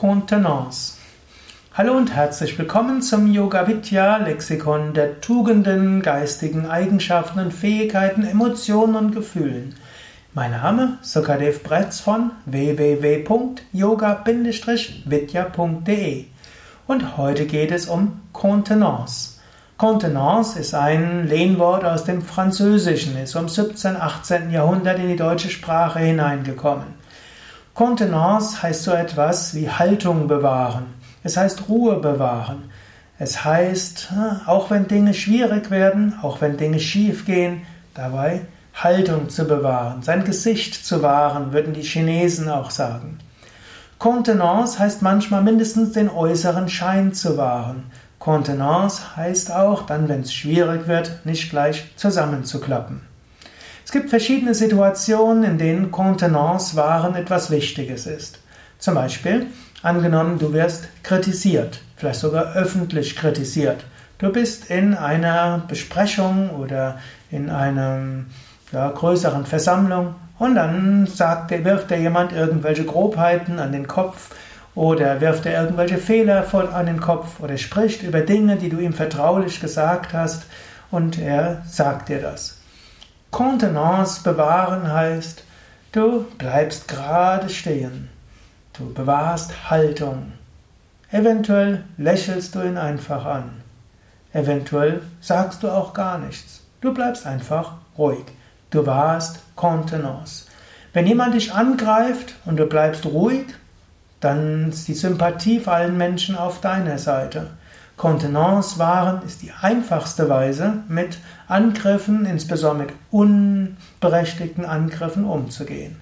Kontenance. Hallo und herzlich willkommen zum Yoga Vidya Lexikon der Tugenden, geistigen Eigenschaften und Fähigkeiten, Emotionen und Gefühlen. Mein Name Sukadev Bretz von www.yoga-vidya.de und heute geht es um Kontenance. Kontenance ist ein Lehnwort aus dem Französischen, ist um 17. 18. Jahrhundert in die deutsche Sprache hineingekommen. Kontenance heißt so etwas wie Haltung bewahren. Es heißt Ruhe bewahren. Es heißt, auch wenn Dinge schwierig werden, auch wenn Dinge schief gehen, dabei Haltung zu bewahren, sein Gesicht zu wahren, würden die Chinesen auch sagen. Kontenance heißt manchmal mindestens den äußeren Schein zu wahren. Kontenance heißt auch, dann wenn es schwierig wird, nicht gleich zusammenzuklappen. Es gibt verschiedene Situationen, in denen Kontenance wahren etwas Wichtiges ist. Zum Beispiel, angenommen, du wirst kritisiert, vielleicht sogar öffentlich kritisiert. Du bist in einer Besprechung oder in einer größeren Versammlung und dann wirft dir jemand irgendwelche Grobheiten an den Kopf oder wirft dir irgendwelche Fehler an den Kopf oder spricht über Dinge, die du ihm vertraulich gesagt hast und er sagt dir das. Kontenance bewahren heißt, du bleibst gerade stehen. Du bewahrst Haltung. Eventuell lächelst du ihn einfach an. Eventuell sagst du auch gar nichts. Du bleibst einfach ruhig. Du wahrst Kontenance. Wenn jemand dich angreift und du bleibst ruhig, dann ist die Sympathie für allen Menschen auf deiner Seite. Kontenance wahren ist die einfachste Weise, mit Angriffen, insbesondere mit unberechtigten Angriffen, umzugehen.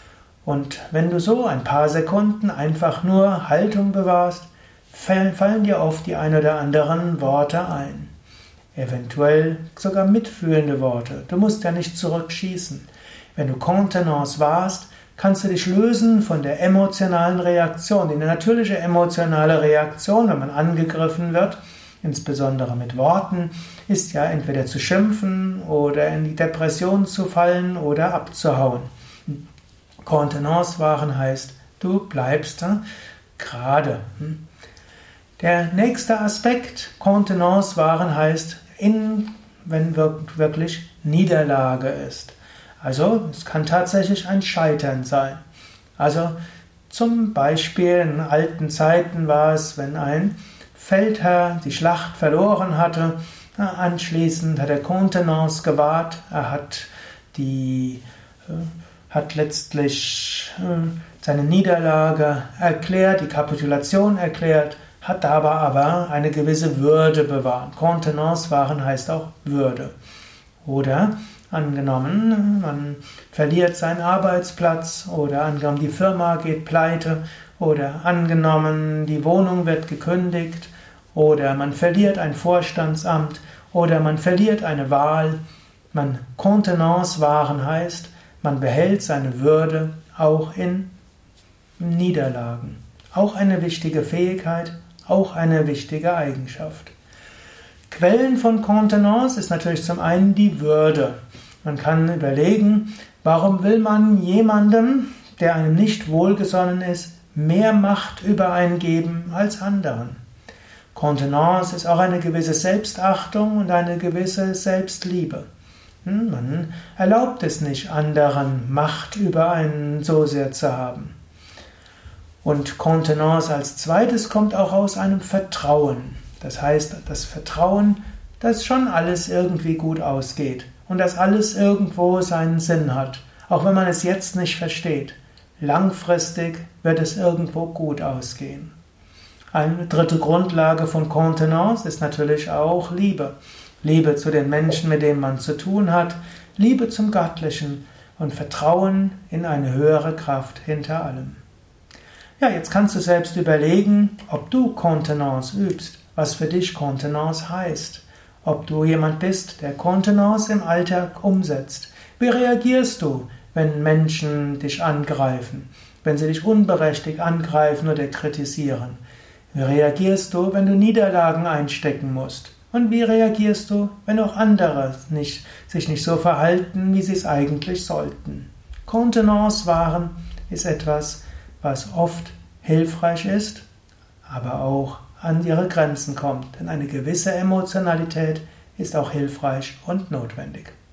Und wenn du so ein paar Sekunden einfach nur Haltung bewahrst, fallen dir oft die ein oder anderen Worte ein. Eventuell sogar mitfühlende Worte. Du musst ja nicht zurückschießen. Wenn du Kontenance wahrst, kannst du dich lösen von der emotionalen Reaktion. Die natürliche emotionale Reaktion, wenn man angegriffen wird, insbesondere mit Worten, ist ja entweder zu schimpfen oder in die Depression zu fallen oder abzuhauen. Kontenance wahren heißt, du bleibst gerade. Der nächste Aspekt, Kontenance wahren heißt, wenn wirklich Niederlage ist. Also es kann tatsächlich ein Scheitern sein. Also zum Beispiel in alten Zeiten war es, wenn ein Feldherr die Schlacht verloren hatte, anschließend hat er Kontenance gewahrt, er hat letztlich seine Niederlage erklärt, die Kapitulation erklärt, hat dabei aber eine gewisse Würde bewahrt. Kontenance wahren heißt auch Würde. Oder angenommen, man verliert seinen Arbeitsplatz oder angenommen, die Firma geht pleite oder angenommen, die Wohnung wird gekündigt oder man verliert ein Vorstandsamt oder man verliert eine Wahl. Kontenance wahren heißt, man behält seine Würde auch in Niederlagen. Auch eine wichtige Fähigkeit, auch eine wichtige Eigenschaft. Quellen von Kontenance ist natürlich zum einen die Würde. Man kann überlegen, warum will man jemandem, der einem nicht wohlgesonnen ist, mehr Macht über einen geben als anderen. Kontenance ist auch eine gewisse Selbstachtung und eine gewisse Selbstliebe. Man erlaubt es nicht, anderen Macht über einen so sehr zu haben. Und Kontenance als zweites kommt auch aus einem Vertrauen. Das heißt, das Vertrauen, dass schon alles irgendwie gut ausgeht und dass alles irgendwo seinen Sinn hat, auch wenn man es jetzt nicht versteht. Langfristig wird es irgendwo gut ausgehen. Eine dritte Grundlage von Kontenance ist natürlich auch Liebe. Liebe zu den Menschen, mit denen man zu tun hat, Liebe zum Göttlichen und Vertrauen in eine höhere Kraft hinter allem. Ja, jetzt kannst du selbst überlegen, ob du Kontenance übst, was für dich Kontenance heißt. Ob du jemand bist, der Kontenance im Alltag umsetzt. Wie reagierst du, wenn Menschen dich angreifen, wenn sie dich unberechtigt angreifen oder kritisieren? Wie reagierst du, wenn du Niederlagen einstecken musst? Und wie reagierst du, wenn auch andere sich nicht so verhalten, wie sie es eigentlich sollten? Kontenance wahren ist etwas, was oft hilfreich ist, aber auch an ihre Grenzen kommt. Denn eine gewisse Emotionalität ist auch hilfreich und notwendig.